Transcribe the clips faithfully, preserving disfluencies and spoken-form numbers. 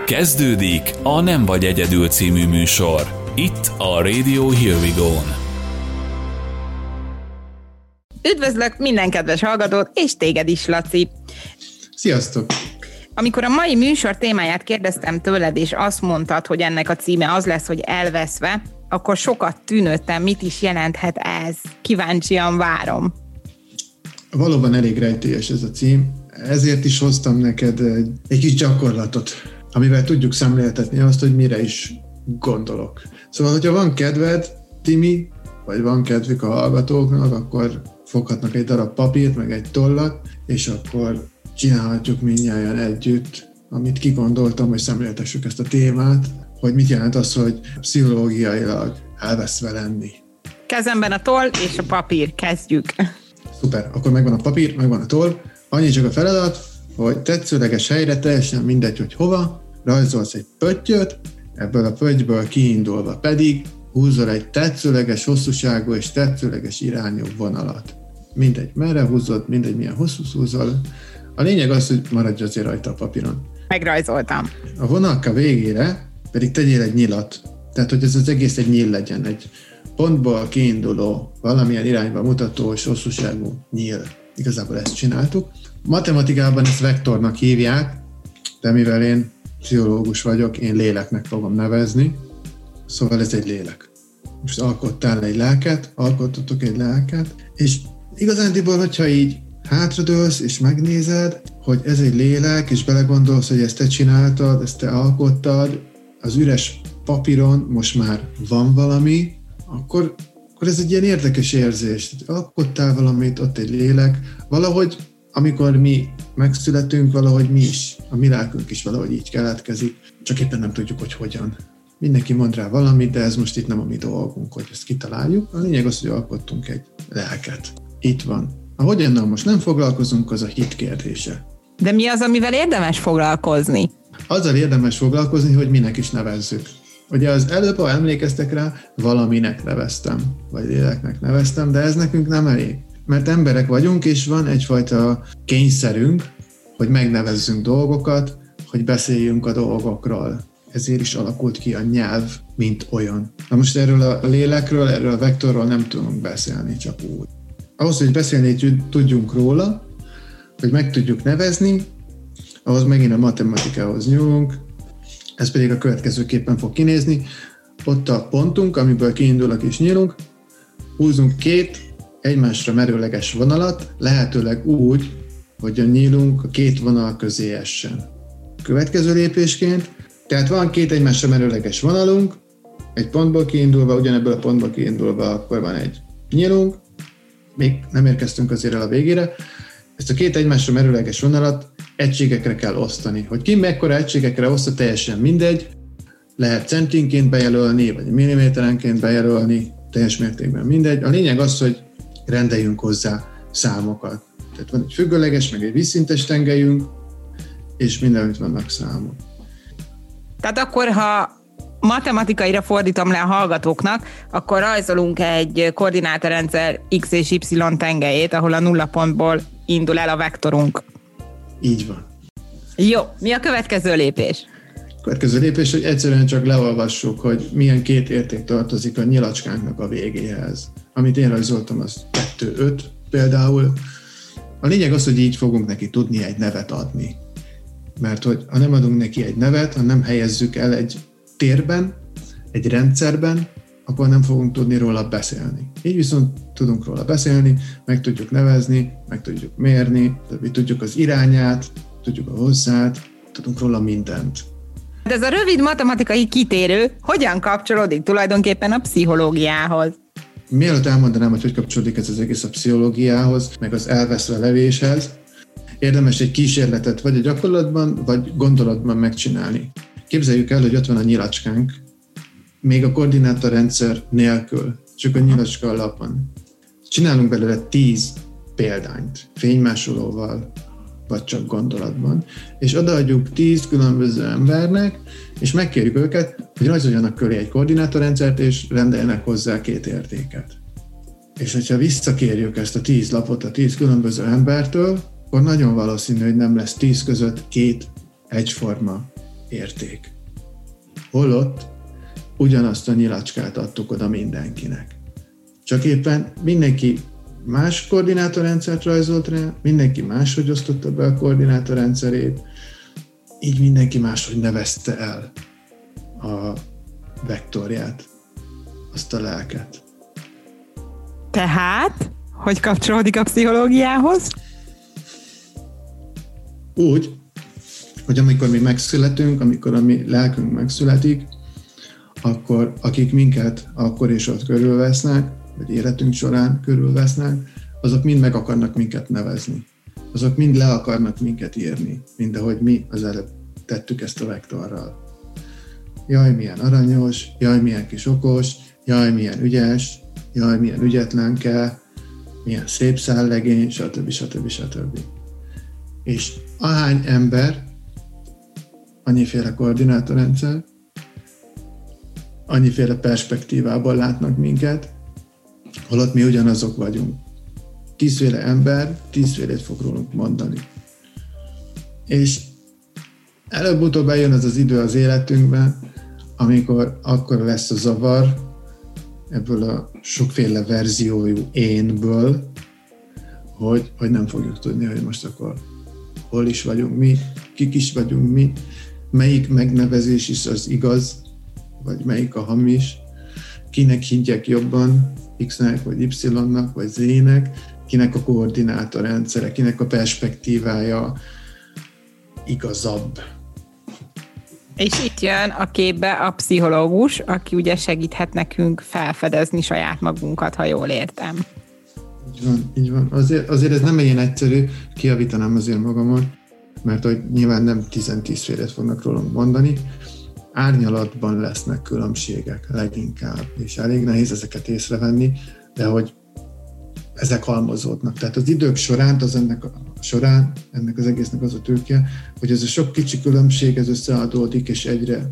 Kezdődik a Nem vagy egyedül című műsor. Itt a Radio Here We Go-n. Üdvözlök minden kedves hallgatót, és téged is, Laci! Sziasztok! Amikor a mai műsor témáját kérdeztem tőled, és azt mondtad, hogy ennek a címe az lesz, hogy Elveszve, akkor sokat tűnődtem, mit is jelenthet ez. Kíváncsian várom. Valóban elég rejtélyes ez a cím, ezért is hoztam neked egy, egy kis gyakorlatot, amivel tudjuk szemléltetni azt, hogy mire is gondolok. Szóval, hogyha van kedved, Timi, vagy van kedvük a hallgatóknak, akkor foghatnak egy darab papírt, meg egy tollat, és akkor csinálhatjuk mindnyájan együtt, amit kigondoltam, hogy szemléltessük ezt a témát, hogy mit jelent az, hogy pszichológiailag elveszve lenni. Kezemben a toll és a papír, kezdjük. Szuper, akkor megvan a papír, megvan a toll. Annyi csak a feladat, hogy tetszőleges helyre, teljesen mindegy, hogy hova, rajzolsz egy pöttyöt, ebből a pöttyből kiindulva pedig húzol egy tetszőleges hosszúságú és tetszőleges irányú vonalat. Mindegy, merre húzod, mindegy, milyen hosszú húzol. A lényeg az, hogy maradj azért rajta a papíron. Megrajzoltam. A vonalka végére pedig tegyél egy nyilat. Tehát, hogy ez az egész egy nyíl legyen, egy pontból kiinduló, valamilyen irányba mutató és hosszúságú nyíl. Igazából ezt csináltuk. Matematikában ezt vektornak hívják, de mivel én pszichológus vagyok, én léleknek fogom nevezni. Szóval ez egy lélek. Most alkottál egy lelket, alkottatok egy lelket, és igazándiból, hogyha így hátradőlsz és megnézed, hogy ez egy lélek, és belegondolsz, hogy ezt te csináltad, ezt te alkottad, az üres papíron most már van valami, akkor, akkor ez egy ilyen érdekes érzés. Alkottál valamit, ott egy lélek, valahogy amikor mi megszületünk, valahogy mi is, a mi lelkünk is valahogy így keletkezik, csak éppen nem tudjuk, hogy hogyan. Mindenki mond rá valamit, de ez most itt nem a mi dolgunk, hogy ezt kitaláljuk. A lényeg az, hogy alkottunk egy lelket. Itt van. A hogyannal most nem foglalkozunk, az a hit kérdése. De mi az, amivel érdemes foglalkozni? Azzal érdemes foglalkozni, hogy minek is nevezzük. Ugye az előbb, ha emlékeztek rá, valaminek neveztem, vagy léleknek neveztem, de ez nekünk nem elég. Mert emberek vagyunk, és van egyfajta kényszerünk, hogy megnevezzünk dolgokat, hogy beszéljünk a dolgokról. Ezért is alakult ki a nyelv, mint olyan. Na most erről a lélekről, erről a vektorról nem tudunk beszélni, csak úgy. Ahhoz, hogy beszélni tudjunk róla, hogy meg tudjuk nevezni, ahhoz megint a matematikához nyúlunk, ez pedig a következőképpen fog kinézni. Ott a pontunk, amiből kiindulok és nyílunk, húzunk két egymásra merőleges vonalat, lehetőleg úgy, hogy a nyílunk a két vonal közé essen. Következő lépésként, tehát van két egymásra merőleges vonalunk, egy pontból kiindulva, ugyanebből a pontból kiindulva, akkor van egy nyílunk, még nem érkeztünk azért el a végére, ezt a két egymásra merőleges vonalat egységekre kell osztani. Hogy ki mekkora egységekre oszta, teljesen mindegy, lehet centinként bejelölni, vagy milliméterenként bejelölni, teljes mértékben mindegy. A lényeg az, hogy rendeljünk hozzá számokat. Tehát van egy függőleges, meg egy vízszintes tengelyünk, és mindenütt vannak számok. Tehát akkor, ha matematikaira fordítom le a hallgatóknak, akkor rajzolunk egy koordinátorrendszer X és Y tengelyét, ahol a nulla pontból indul el a vektorunk. Így van. Jó, mi a következő lépés? A következő lépés, hogy egyszerűen csak leolvassuk, hogy milyen két érték tartozik a nyilacskánknak a végéhez. Amit én rajzoltam, az kettő öt például. A lényeg az, hogy így fogunk neki tudni egy nevet adni. Mert hogy ha nem adunk neki egy nevet, ha nem helyezzük el egy térben, egy rendszerben, akkor nem fogunk tudni róla beszélni. Így viszont tudunk róla beszélni, meg tudjuk nevezni, meg tudjuk mérni, tudjuk az irányát, tudjuk a hosszát, tudunk róla mindent. De ez a rövid matematikai kitérő hogyan kapcsolódik tulajdonképpen a pszichológiához? Mielőtt elmondanám, hogy hogy kapcsolódik ez az egész a pszichológiához, meg az elveszve levéshez, érdemes egy kísérletet vagy a gyakorlatban, vagy gondolatban megcsinálni. Képzeljük el, hogy ott van a nyilacskánk, még a koordinátorrendszer nélkül, csak a nyilacska alapon. Csinálunk belőle tíz példányt, fénymásolóval, vagy csak gondolatban, és odaadjuk tíz különböző embernek, és megkérjük őket, hogy rajzoljanak köré egy koordinátorrendszert, és rendeljenek hozzá két értéket. És hogyha visszakérjük ezt a tíz lapot a tíz különböző embertől, akkor nagyon valószínű, hogy nem lesz tíz között két egyforma érték. Holott ugyanazt a nyilacskát adtuk oda mindenkinek. Csak éppen mindenki más koordinátorrendszert rajzolt rá, mindenki máshogy osztotta be a koordinátorrendszerét, így mindenki máshogy nevezte el a vektorját, azt a lelket. Tehát, hogy kapcsolódik a pszichológiához? Úgy, hogy amikor mi megszületünk, amikor a mi lelkünk megszületik, akkor akik minket akkor és ott körülvesznek, vagy életünk során körülvesznek, azok mind meg akarnak minket nevezni. Azok mind le akarnak minket írni, mint ahogy mi az előbb tettük ezt a vektorral. Jaj, milyen aranyos, jaj, milyen kis okos, jaj, milyen ügyes, jaj, milyen ügyetlenke, milyen szép szállegény, stb. stb. stb. És ahány ember, annyiféle koordinátorrendszer, annyiféle perspektívából látnak minket, holott mi ugyanazok vagyunk. Tízféle ember, tízfélét fog rólunk mondani. És előbb-utóbb eljön az az idő az életünkben, amikor akkor lesz a zavar ebből a sokféle verziójú énből, hogy, hogy nem fogjuk tudni, hogy most akkor hol is vagyunk mi, kik is vagyunk mi, melyik megnevezés is az igaz, vagy melyik a hamis, kinek higgyek jobban, X-nek, vagy Y-nak, vagy Z-nek, kinek a koordinátorrendszere, kinek a perspektívája igazabb. És itt jön a képbe a pszichológus, aki ugye segíthet nekünk felfedezni saját magunkat, ha jól értem. Így van, így van. Azért, azért ez nem ilyen egyszerű, kijavítanám azért magamon, mert hogy nyilván nem tíz-tízfélét fognak rólunk mondani, árnyalatban lesznek különbségek leginkább, és elég nehéz ezeket észrevenni, de hogy ezek halmozódnak. Tehát az idők során, az ennek a során, ennek az egésznek az a tőke, hogy ez a sok kicsi különbség, ez összeadódik, és egyre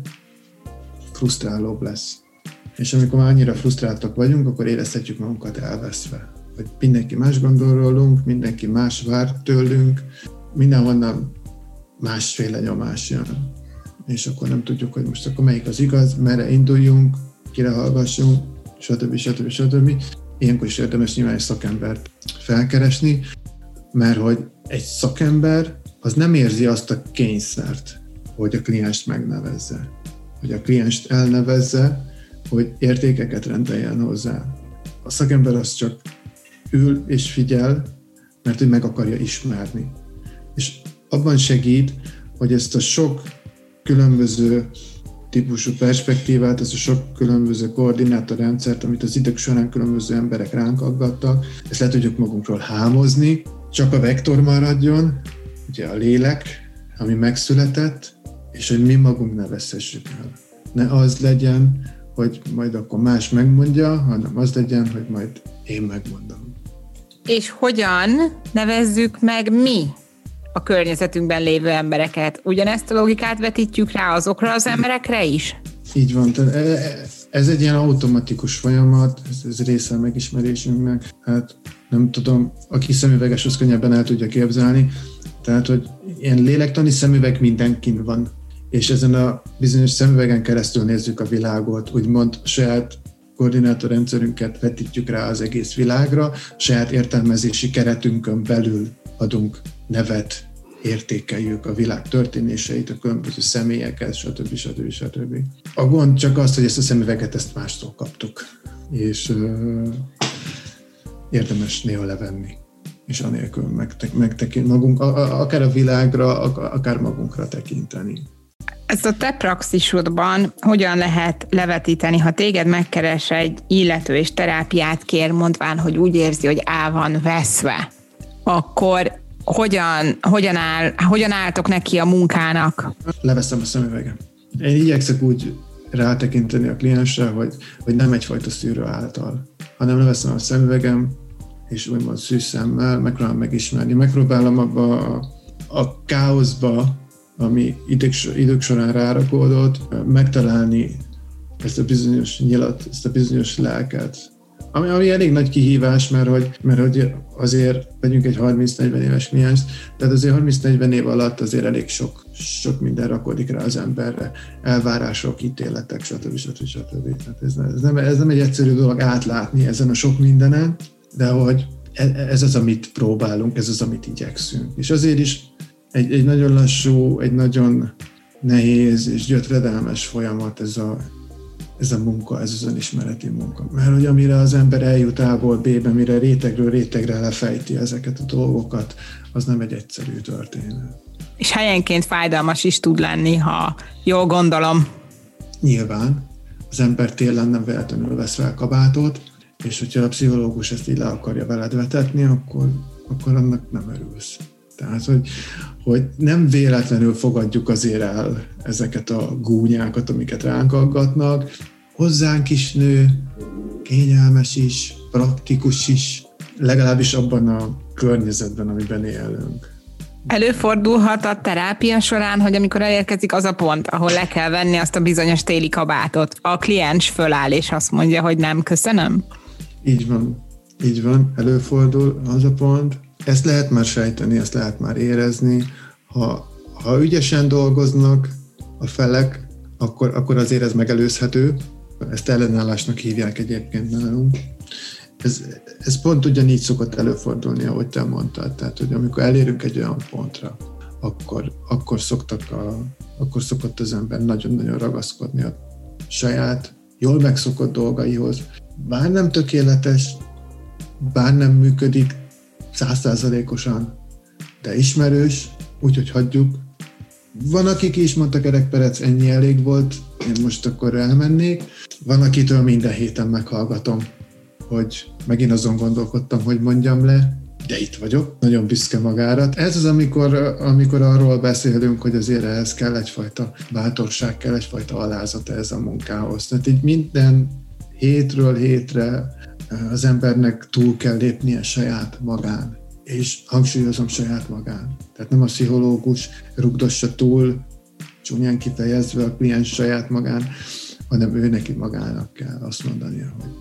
frusztrálóbb lesz. És amikor már annyira frusztráltak vagyunk, akkor érezhetjük magunkat elveszve. Hogy mindenki más gondol rólunk, mindenki más vár tőlünk, mindenhonnan másféle nyomás jön. És akkor nem tudjuk, hogy most akkor melyik az igaz, merre induljunk, kire hallgassunk, stb. stb. stb. Ilyenkor is érdemes nyilván egy szakembert felkeresni, mert hogy egy szakember az nem érzi azt a kényszert, hogy a klienst megnevezze, hogy a klienst elnevezze, hogy értékeket rendeljen hozzá. A szakember az csak ül és figyel, mert ő meg akarja ismerni. És abban segít, hogy ezt a sok különböző típusú perspektívát, ez a sok különböző koordinátorrendszert, amit az idők során különböző emberek ránk aggattak, ezt le tudjuk magunkról hámozni, csak a vektor maradjon, ugye a lélek, ami megszületett, és hogy mi magunk ne veszessük el. Ne az legyen, hogy majd akkor más megmondja, hanem az legyen, hogy majd én megmondom. És hogyan nevezzük meg mi a környezetünkben lévő embereket? Ugyanezt a logikát vetítjük rá azokra az emberekre is? Így van. Ez egy ilyen automatikus folyamat, ez, ez része a megismerésünknek. Hát nem tudom, aki szemüveges, az könnyebben el tudja képzelni. Tehát, hogy ilyen lélektani szemüveg mindenkin van. És ezen a bizonyos szemüvegen keresztül nézzük a világot, úgymond a saját koordinátorrendszerünket vetítjük rá az egész világra, a saját értelmezési keretünkön belül adunk nevet, értékeljük a világ történéseit, a különböző személyeket, stb. stb. stb. A gond csak az, hogy ezt a szemüveget ezt mástól kaptuk, és ö, érdemes néha levenni, és anélkül megtek, megtekint magunk, a, a, akár a világra, akár magunkra tekinteni. Ezt a te praxisodban hogyan lehet levetíteni, ha téged megkeres egy illető és terápiát kér, mondván, hogy úgy érzi, hogy el van veszve, akkor hogyan, hogyan, áll, hogyan álltok neki a munkának? Leveszem a szemüvegem. Én igyekszek úgy rátekinteni a kliensre, hogy, hogy nem egyfajta szűrő által, hanem leveszem a szemüvegem, és úgymond szűz szemmel megpróbálom megismerni. Megpróbálom abba a, a káoszba, ami idők, idők során rárakódott, megtalálni ezt a bizonyos nyilat, ezt a bizonyos lelket. Ami, ami elég nagy kihívás, mert hogy, mert hogy azért vegyünk egy harminc-negyven éves klienst, tehát azért harminc-negyven év alatt azért elég sok, sok minden rakodik rá az emberre, elvárások, ítéletek, stb. stb. stb. Hát ez, ez, nem, ez nem egy egyszerű dolog átlátni ezen a sok mindenen, de hogy ez az, amit próbálunk, ez az, amit igyekszünk. És azért is egy, egy nagyon lassú, egy nagyon nehéz és gyötredelmes folyamat ez a, ez a munka, ez az önismereti munka. Mert hogy amire az ember eljut A-ból B-be, mire rétegről rétegre lefejti ezeket a dolgokat, az nem egy egyszerű történet. És helyenként fájdalmas is tud lenni, ha jól gondolom. Nyilván. Az ember télen nem véletlenül vesz fel kabátot, és hogyha a pszichológus ezt így le akarja veled vetetni, akkor, akkor annak nem örülsz. Tehát, hogy, hogy nem véletlenül fogadjuk azért el ezeket a gúnyákat, amiket ránk aggatnak. Hozzánk is nő, kényelmes is, praktikus is, legalábbis abban a környezetben, amiben élünk. Előfordulhat a terápia során, hogy amikor elérkezik az a pont, ahol le kell venni azt a bizonyos téli kabátot, a kliens föláll és azt mondja, hogy nem, köszönöm? Így van, így van, előfordul az a pont. Ezt lehet már sejteni, ezt lehet már érezni. Ha, ha ügyesen dolgoznak a felek, akkor, akkor azért ez megelőzhető. Ezt ellenállásnak hívják egyébként nálunk. Ez, ez pont ugyanígy szokott előfordulni, ahogy te mondtad. Tehát, hogy amikor elérünk egy olyan pontra, akkor, akkor, szoktak a, akkor szokott az ember nagyon-nagyon ragaszkodni a saját, jól megszokott dolgaihoz. Bár nem tökéletes, bár nem működik százszázalékosan, de ismerős, úgyhogy hagyjuk. Van, akik is mondta kerekperec, ennyi elég volt, én most akkor elmennék. Van, akitől minden héten meghallgatom, hogy megint azon gondolkodtam, hogy mondjam le, de itt vagyok, nagyon büszke magára. Ez az, amikor, amikor arról beszélünk, hogy azért ehhez kell egyfajta bátorság, kell egyfajta alázat ez a munkához. Tehát így minden hétről hétre az embernek túl kell lépnie saját magán, és hangsúlyozom saját magán. Tehát nem a pszichológus rugdossa túl, csúnyán kifejezve a kliens saját magán, hanem ő neki magának kell azt mondania, hogy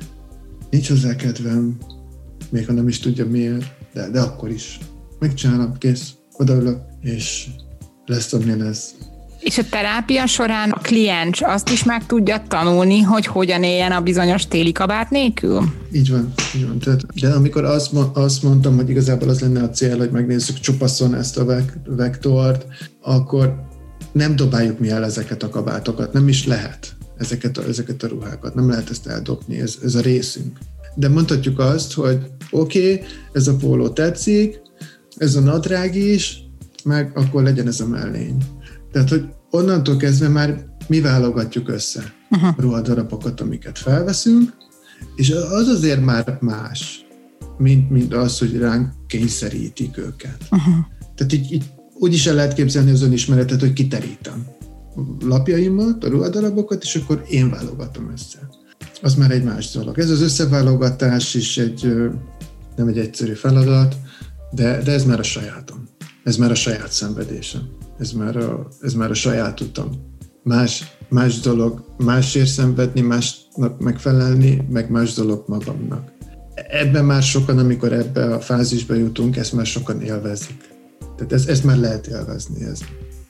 nincs hozzá kedvem, még ha nem is tudja miért, de, de akkor is. Megcsinálom, kész, odaülök, és lesz, amilyen ez. És a terápia során a kliens azt is meg tudja tanulni, hogy hogyan éljen a bizonyos téli kabát nélkül? Így van, így van. Tehát, de amikor azt, azt mondtam, hogy igazából az lenne a cél, hogy megnézzük csupaszon ezt a vektort, akkor nem dobáljuk mi el ezeket a kabátokat, nem is lehet ezeket a, ezeket a ruhákat, nem lehet ezt eldobni, ez, ez a részünk. De mondhatjuk azt, hogy oké, okay, ez a póló tetszik, ez a nadrág is, meg akkor legyen ez a mellény. Tehát, hogy onnantól kezdve már mi válogatjuk össze uh-huh. ruhadarabokat, amiket felveszünk, és az azért már más, mint, mint az, hogy ránk kényszerítik őket. Uh-huh. Tehát így, így úgy is el lehet képzelni az önismeretet, hogy kiterítem lapjaimat, a ruhadarabokat, és akkor én válogatom össze. Az már egy más dolog. Ez az összeválogatás is egy, nem egy egyszerű feladat, de, de ez már a sajátom. Ez már a saját szenvedésem. Ez már a, ez már a saját utam. Más, más dolog másért szenvedni, másnak megfelelni, meg más dolog magamnak. Ebben már sokan, amikor ebbe a fázisba jutunk, ezt már sokan élvezik. Tehát ez, ezt már lehet élvezni. Ez,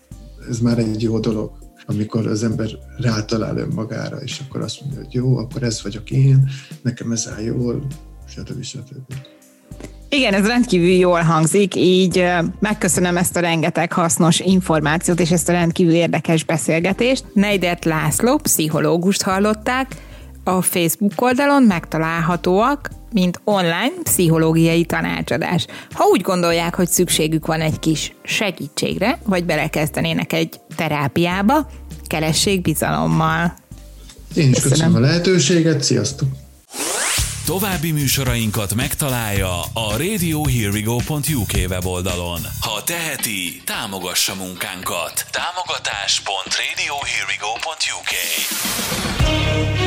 ez már egy jó dolog, amikor az ember rátalál önmagára, és akkor azt mondja, hogy jó, akkor ez vagyok én, nekem ez áll jól, stb. stb. Igen, ez rendkívül jól hangzik, így megköszönöm ezt a rengeteg hasznos információt és ezt a rendkívül érdekes beszélgetést. Neidert László, pszichológust hallották, a Facebook oldalon megtalálhatóak, mint online pszichológiai tanácsadás. Ha úgy gondolják, hogy szükségük van egy kis segítségre, vagy belekezdenének egy terápiába, keressék bizalommal. Én is köszönöm, köszönöm a lehetőséget, sziasztok! További műsorainkat megtalálja a radio here we go pont u k weboldalon. Ha teheti, támogassa munkánkat. támogatás pont radio here we go pont u k